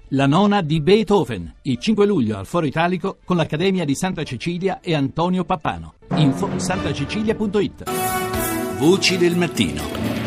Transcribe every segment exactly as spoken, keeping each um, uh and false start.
La nona di Beethoven, il cinque luglio al Foro Italico con l'Accademia di Santa Cecilia e Antonio Pappano. Info santacecilia punto it. Voci del mattino.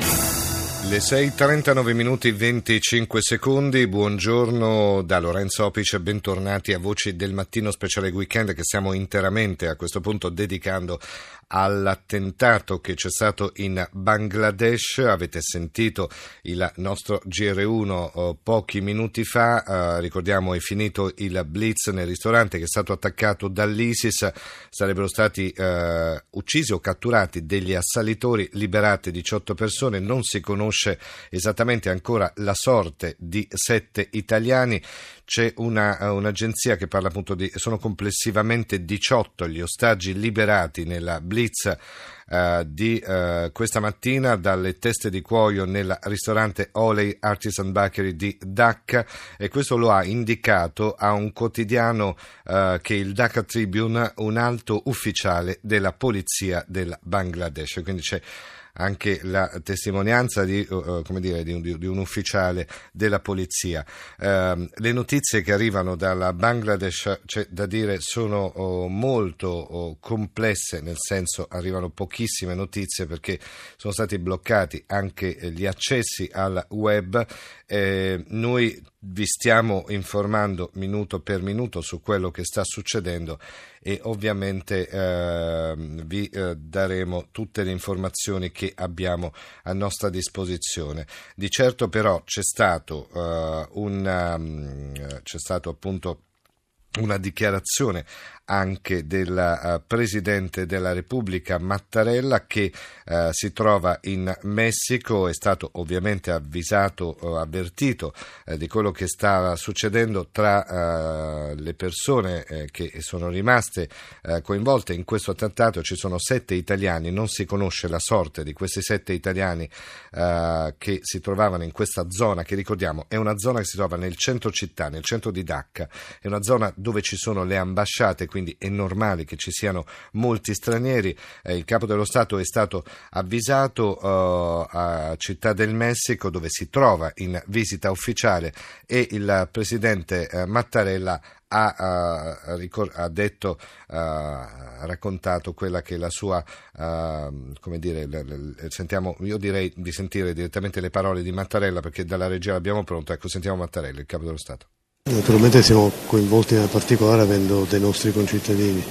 Le sei e trentanove minuti venticinque secondi, buongiorno da Lorenzo Opice, bentornati a Voci del Mattino speciale weekend che stiamo interamente a questo punto dedicando all'attentato che c'è stato in Bangladesh. Avete sentito il nostro G R uno oh, pochi minuti fa, uh, ricordiamo è finito il blitz nel ristorante che è stato attaccato dall'ISIS, sarebbero stati uh, uccisi o catturati degli assalitori, liberate diciotto persone, non si conosce esattamente ancora la sorte di sette italiani. C'è una, un'agenzia che parla appunto di, sono complessivamente diciotto gli ostaggi liberati nella blitz uh, di uh, questa mattina dalle teste di cuoio nel ristorante Oley Artisan Bakery di Dhaka, e questo lo ha indicato a un quotidiano uh, che è il Dhaka Tribune, un alto ufficiale della polizia del Bangladesh. Quindi c'è anche la testimonianza di, uh, come dire, di, un, di un ufficiale della polizia. Uh, le notizie che arrivano dalla Bangladesh, c'è da dire, sono uh, molto uh, complesse, nel senso arrivano pochissime notizie perché sono stati bloccati anche gli accessi al web. Eh, noi vi stiamo informando minuto per minuto su quello che sta succedendo e ovviamente eh, vi eh, daremo tutte le informazioni che abbiamo a nostra disposizione. Di certo però c'è stato uh, un um, c'è stato appunto una dichiarazione anche del uh, Presidente della Repubblica Mattarella, che uh, si trova in Messico. È stato ovviamente avvisato, uh, avvertito uh, di quello che stava succedendo tra uh, le persone uh, che sono rimaste uh, coinvolte in questo attentato. Ci sono sette italiani, non si conosce la sorte di questi sette italiani uh, che si trovavano in questa zona, che ricordiamo è una zona che si trova nel centro città, nel centro di Dhaka, è una zona dove ci sono le ambasciate, quindi è normale che ci siano molti stranieri. Eh, il capo dello Stato è stato avvisato uh, a Città del Messico, dove si trova in visita ufficiale, e il presidente uh, Mattarella ha, uh, ricor- ha detto, uh, ha raccontato quella che è la sua, uh, come dire, l- l- sentiamo, io direi di sentire direttamente le parole di Mattarella, perché dalla regia l'abbiamo pronto. Ecco, sentiamo Mattarella, il capo dello Stato. Naturalmente siamo coinvolti nel particolare avendo dei nostri concittadini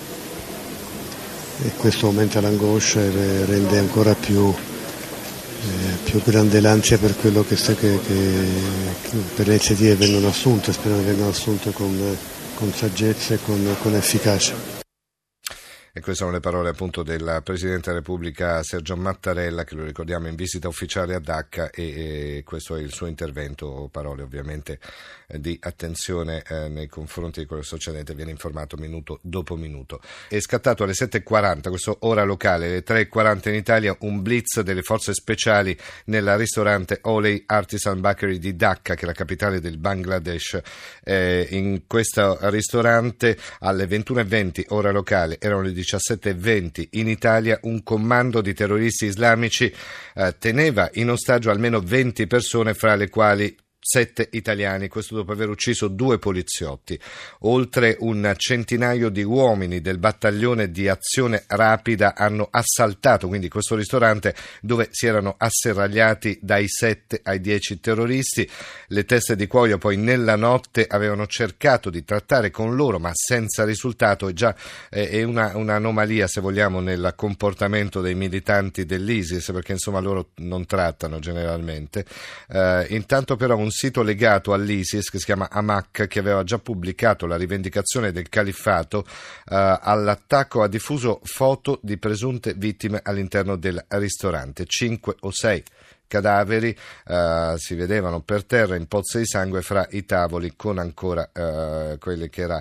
e questo aumenta l'angoscia e rende ancora più, eh, più grande l'ansia per quello che, che, che, che per le iniziative vengono assunte. Speriamo che vengano assunte con, con saggezza e con, con efficacia. E queste sono le parole appunto del Presidente della Repubblica Sergio Mattarella, che lo ricordiamo in visita ufficiale a Dhaka, e, e questo è il suo intervento. Parole ovviamente eh, di attenzione eh, nei confronti di quello che sta succedendo. Viene informato minuto dopo minuto. È scattato alle sette e quaranta, questo ora locale, alle tre e quaranta in Italia, un blitz delle forze speciali nel ristorante Oley Artisan Bakery di Dhaka, che è la capitale del Bangladesh. Eh, in questo ristorante alle ventuno e venti ora locale, erano le diciassette e venti in Italia, un commando di terroristi islamici eh, teneva in ostaggio almeno venti persone, fra le quali sette italiani, questo dopo aver ucciso due poliziotti. Oltre un centinaio di uomini del battaglione di azione rapida hanno assaltato quindi questo ristorante, dove si erano asserragliati dai sette ai dieci terroristi. Le teste di cuoio poi nella notte avevano cercato di trattare con loro, ma senza risultato. E già eh, è una, un'anomalia, se vogliamo, nel comportamento dei militanti dell'ISIS, perché insomma loro non trattano generalmente. Eh, intanto però un sito legato all'ISIS che si chiama Amaq, che aveva già pubblicato la rivendicazione del califfato eh, all'attacco, ha diffuso foto di presunte vittime all'interno del ristorante. Cinque o sei cadaveri eh, si vedevano per terra in pozze di sangue fra i tavoli, con ancora eh, quelle che era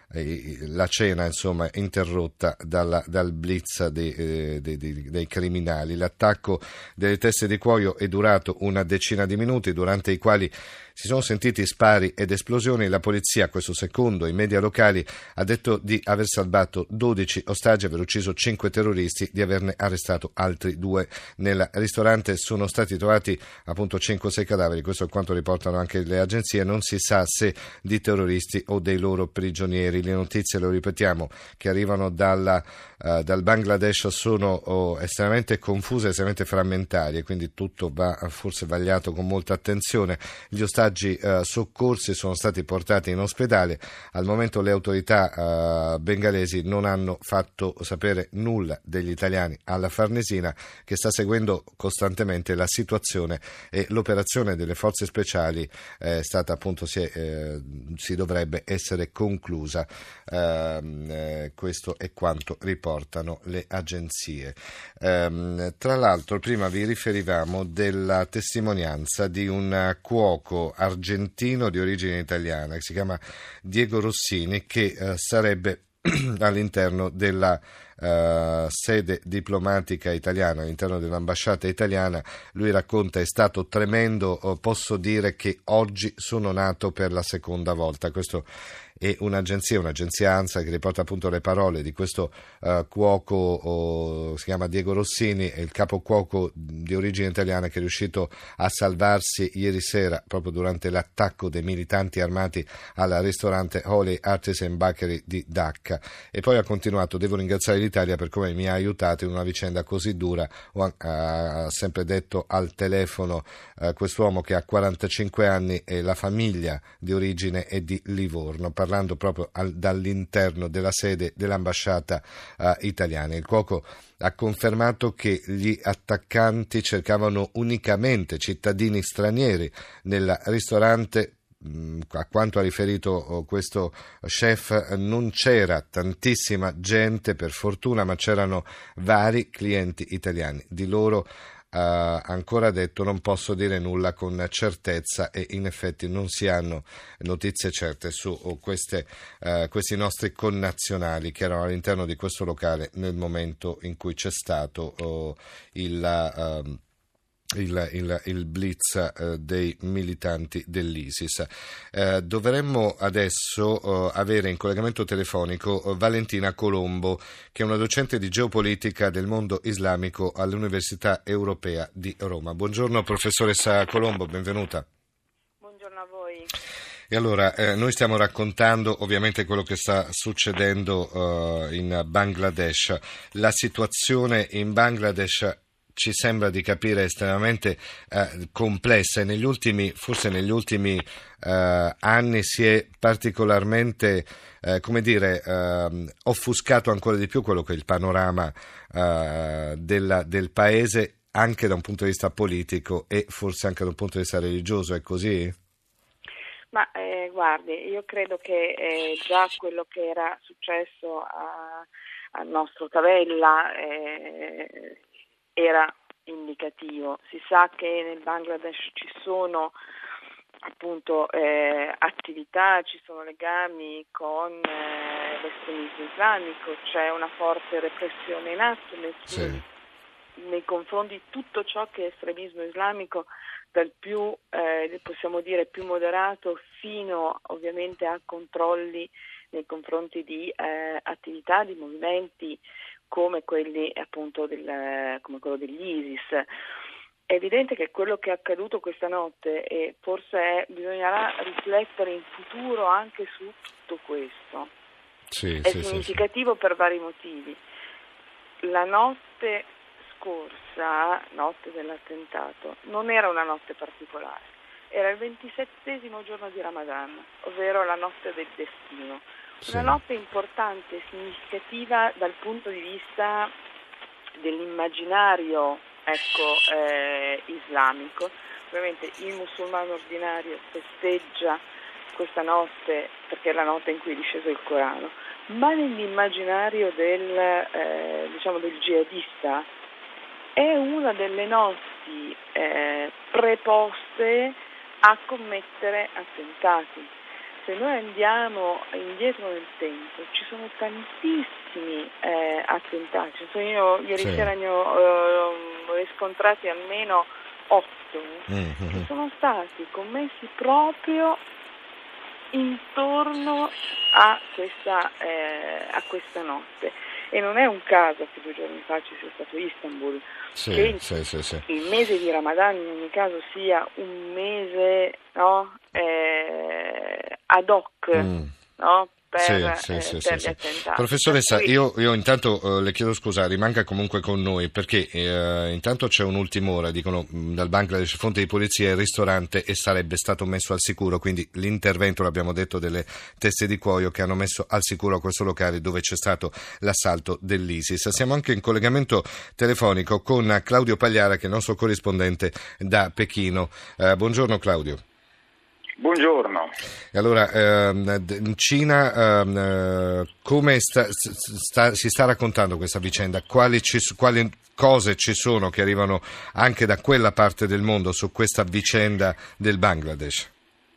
eh, la cena insomma interrotta dalla, dal blitz dei, eh, dei, dei, dei criminali. L'attacco delle teste di cuoio è durato una decina di minuti, durante i quali si sono sentiti spari ed esplosioni. La polizia, questo secondo i media locali, ha detto di aver salvato dodici ostaggi, aver ucciso cinque terroristi, di averne arrestato altri due. Nel ristorante sono stati trovati appunto cinque o sei cadaveri, questo è quanto riportano anche le agenzie. Non si sa se di terroristi o dei loro prigionieri. Le notizie, lo ripetiamo, che arrivano dalla, uh, dal Bangladesh sono oh, estremamente confuse, estremamente frammentarie, quindi tutto va forse vagliato con molta attenzione. Gli ostaggi Uh, soccorsi sono stati portati in ospedale. Al momento le autorità uh, bengalesi non hanno fatto sapere nulla degli italiani alla Farnesina, che sta seguendo costantemente la situazione, e l'operazione delle forze speciali è stata appunto si, è, eh, si dovrebbe essere conclusa. Uh, eh, questo è quanto riportano le agenzie. Um, tra l'altro prima vi riferivamo della testimonianza di un cuoco argentino di origine italiana che si chiama Diego Rossini, che uh, sarebbe all'interno della uh, sede diplomatica italiana, all'interno dell'ambasciata italiana. Lui racconta: è stato tremendo, uh, posso dire che oggi sono nato per la seconda volta. Questo è un'agenzia, un'agenzia ANSA, che riporta appunto le parole di questo uh, cuoco, oh, si chiama Diego Rossini, è il capo cuoco di origine italiana che è riuscito a salvarsi ieri sera proprio durante l'attacco dei militanti armati al ristorante Holy Artisan Bakery di Dhaka. E poi ha continuato: devo ringraziare l'Italia per come mi ha aiutato in una vicenda così dura. Ho, ha sempre detto al telefono uh, quest'uomo, che ha quarantacinque anni e la famiglia di origine è di Livorno, parlando proprio al, dall'interno della sede dell'ambasciata uh, italiana. Il cuoco ha confermato che gli attaccanti cercavano unicamente cittadini stranieri nel ristorante. A quanto ha riferito questo chef, non c'era tantissima gente, per fortuna, ma c'erano vari clienti italiani. Di loro Uh, ancora detto: non posso dire nulla con certezza, e in effetti non si hanno notizie certe su uh, queste, uh, questi nostri connazionali che erano all'interno di questo locale nel momento in cui c'è stato uh, il uh, Il, il, il blitz eh, dei militanti dell'ISIS. Eh, dovremmo adesso eh, avere in collegamento telefonico eh, Valentina Colombo, che è una docente di geopolitica del mondo islamico all'Università Europea di Roma. Buongiorno professoressa Colombo, benvenuta. Buongiorno a voi. E allora, eh, noi stiamo raccontando ovviamente quello che sta succedendo eh, in Bangladesh. La situazione in Bangladesh ci sembra di capire estremamente eh, complessa, e negli ultimi, forse negli ultimi eh, anni si è particolarmente, eh, come dire, eh, offuscato ancora di più quello che è il panorama eh, della, del paese, anche da un punto di vista politico e forse anche da un punto di vista religioso. È così? Ma eh, guardi, io credo che eh, già quello che era successo a, al nostro Tavella eh, era indicativo. Si sa che nel Bangladesh ci sono appunto eh, attività, ci sono legami con eh, l'estremismo islamico, c'è una forte repressione in atto nel, sì. nei confronti di tutto ciò che è estremismo islamico, dal più eh, possiamo dire più moderato fino ovviamente a controlli nei confronti di eh, attività, di movimenti come quelli appunto del, come quello degli ISIS. È evidente che quello che è accaduto questa notte, e forse è, bisognerà riflettere in futuro anche su tutto questo, sì, è sì, significativo sì, sì. per vari motivi. La notte scorsa, notte dell'attentato, non era una notte particolare, era il ventisettesimo giorno di Ramadan, ovvero la notte del destino. Una notte importante e significativa dal punto di vista dell'immaginario ecco, eh, islamico. Ovviamente il musulmano ordinario festeggia questa notte perché è la notte in cui è disceso il Corano, ma nell'immaginario del, eh, diciamo del jihadista è una delle notti eh, preposte a commettere attentati. se noi andiamo indietro nel tempo, ci sono tantissimi eh, attentati. Io ieri sì. sera ne ho eh, riscontrati almeno otto mm-hmm. che sono stati commessi proprio intorno a questa, eh, a questa notte. E non è un caso che due giorni fa ci sia stato Istanbul, sì, che sì, sì, sì. il mese di Ramadan in ogni caso sia un mese, no, eh, ad hoc, mm. no? Per, sì, eh, sì, sì, per sì, gli attentati. Professoressa, Quindi... io, io intanto uh, le chiedo scusa, rimanga comunque con noi perché uh, intanto c'è un'ultima ora, dicono mh, dal Bangladesh, fonte di polizia, il ristorante e sarebbe stato messo al sicuro, quindi l'intervento, l'abbiamo detto, delle teste di cuoio che hanno messo al sicuro questo locale dove c'è stato l'assalto dell'ISIS. Siamo anche in collegamento telefonico con Claudio Pagliara, che è il nostro corrispondente da Pechino. Uh, buongiorno Claudio. Buongiorno. Allora, ehm, in Cina ehm, come sta, sta, si sta raccontando questa vicenda? Quali, ci, quali cose ci sono che arrivano anche da quella parte del mondo su questa vicenda del Bangladesh?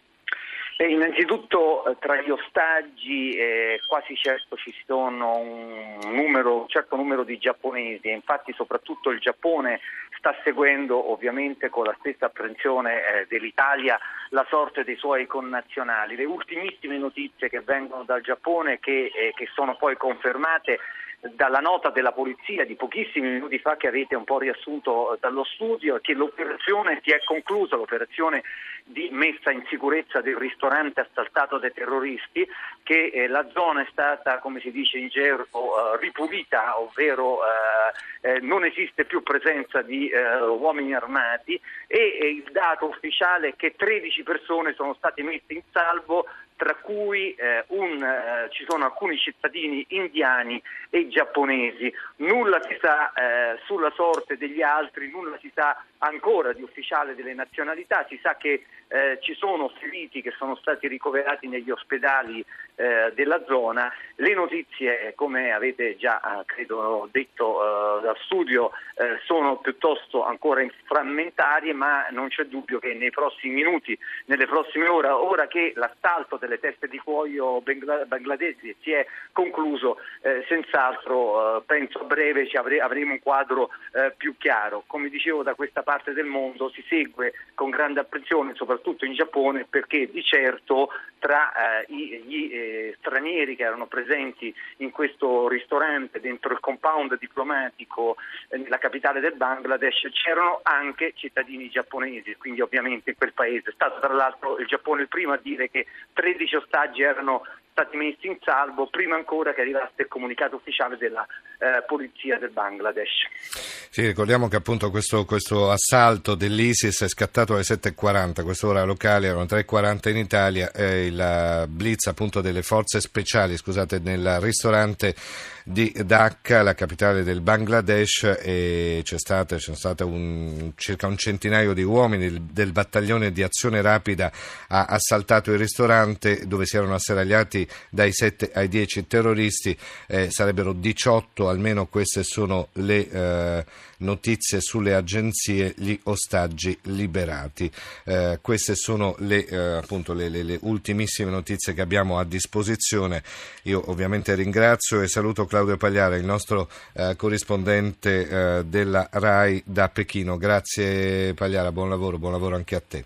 Eh, innanzitutto eh, tra gli ostaggi eh, quasi certo ci sono un numero, un certo numero di giapponesi, e infatti soprattutto il Giappone sta seguendo ovviamente con la stessa apprensione eh, dell'Italia la sorte dei suoi connazionali. Le ultimissime notizie che vengono dal Giappone, che, eh, che sono poi confermate dalla nota della polizia di pochissimi minuti fa, che avete un po' riassunto dallo studio, è che l'operazione si è conclusa, l'operazione di messa in sicurezza del ristorante assaltato dai terroristi, che eh, la zona è stata, come si dice in gergo, uh, ripulita, ovvero uh, eh, non esiste più presenza di uh, uomini armati, e, e il dato ufficiale è che tredici persone sono state messe in salvo, tra cui eh, un, eh, ci sono alcuni cittadini indiani e giapponesi. Nulla si sa eh, sulla sorte degli altri, nulla si sa ancora di ufficiale delle nazionalità. Si sa che eh, ci sono feriti che sono stati ricoverati negli ospedali eh, della zona. Le notizie, come avete già eh, credo detto eh, dal studio, eh, sono piuttosto ancora frammentarie, ma non c'è dubbio che nei prossimi minuti, nelle prossime ore, ora che l'assalto delle teste di cuoio bangladesi si è concluso, eh, senz'altro eh, penso a breve ci avre- avremo un quadro eh, più chiaro. Come dicevo, da questa parte del mondo si segue con grande apprensione, soprattutto in Giappone, perché di certo tra eh, gli eh, stranieri che erano presenti in questo ristorante dentro il compound diplomatico eh, nella capitale del Bangladesh c'erano anche cittadini giapponesi, quindi ovviamente in quel paese è stato tra l'altro il Giappone il primo a dire che tredici ostaggi erano stati messi in salvo prima ancora che arrivasse il comunicato ufficiale della eh, polizia del Bangladesh. Sì, ricordiamo che appunto questo, questo assalto dell'ISIS è scattato alle sette e quaranta, quest'ora locale, erano tre e quaranta in Italia, eh, il blitz appunto delle forze speciali, scusate, nel ristorante di Dhaka, la capitale del Bangladesh, e c'è stata, c'è stata un, circa un centinaio di uomini del, del battaglione di azione rapida ha assaltato il ristorante dove si erano asserragliati dai sette ai dieci terroristi, eh, sarebbero diciotto, almeno queste sono le eh, notizie sulle agenzie, gli ostaggi liberati. Eh, queste sono le, eh, appunto le, le, le ultimissime notizie che abbiamo a disposizione. Io ovviamente ringrazio e saluto Claudio Pagliara, il nostro eh, corrispondente eh, della RAI da Pechino. Grazie Pagliara, buon lavoro, buon lavoro anche a te.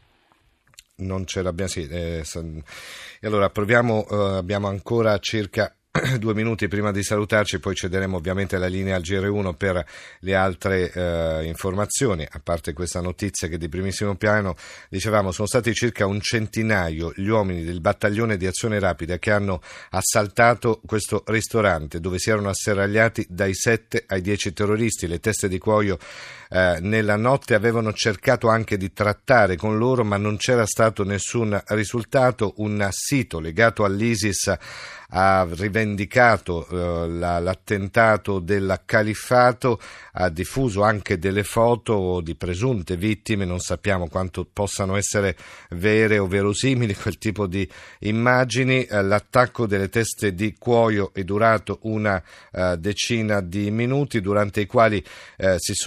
Non ce l'abbiamo, sì. Eh, e allora proviamo, eh, abbiamo ancora circa due minuti prima di salutarci, poi cederemo ovviamente la linea al G R uno per le altre eh, informazioni, a parte questa notizia che di primissimo piano, dicevamo, sono stati circa un centinaio gli uomini del battaglione di azione rapida che hanno assaltato questo ristorante dove si erano asserragliati dai sette ai dieci terroristi. Le teste di cuoio eh, nella notte avevano cercato anche di trattare con loro, ma non c'era stato nessun risultato. Un sito legato all'ISIS ha rivendicato eh, la, l'attentato del califfato, ha diffuso anche delle foto di presunte vittime, non sappiamo quanto possano essere vere o verosimili quel tipo di immagini. Eh, l'attacco delle teste di cuoio è durato una eh, decina di minuti, durante i quali eh, si sono sentiti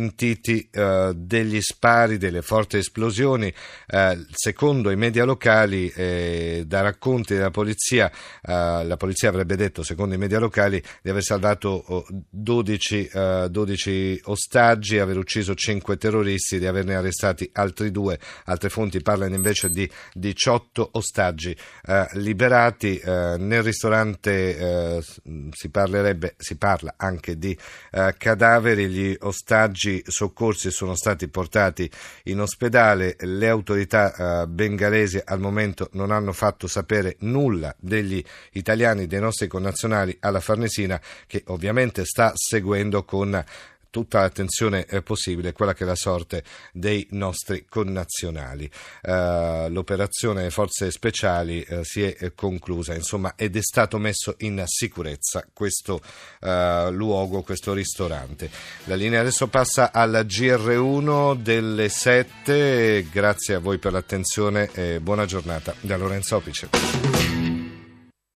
sentiti eh, degli spari, delle forti esplosioni. Eh, secondo i media locali, eh, da racconti della polizia, eh, la polizia avrebbe detto, secondo i media locali, di aver salvato oh, dodici, eh, dodici ostaggi, aver ucciso cinque terroristi, di averne arrestati altri due. Altre fonti parlano invece di diciotto ostaggi eh, liberati. Eh, nel ristorante eh, si parlerebbe, si parla anche di eh, cadaveri. Gli ostaggi soccorsi sono stati portati in ospedale. Le autorità eh, bengalesi al momento non hanno fatto sapere nulla degli italiani, dei nostri connazionali alla Farnesina, che ovviamente sta seguendo con tutta l'attenzione eh, possibile quella che è la sorte dei nostri connazionali. Uh, l'operazione Forze Speciali uh, si è eh, conclusa, insomma, ed è stato messo in sicurezza questo uh, luogo, questo ristorante. La linea adesso passa alla G R uno delle sette. Grazie a voi per l'attenzione e buona giornata da Lorenzo Opice.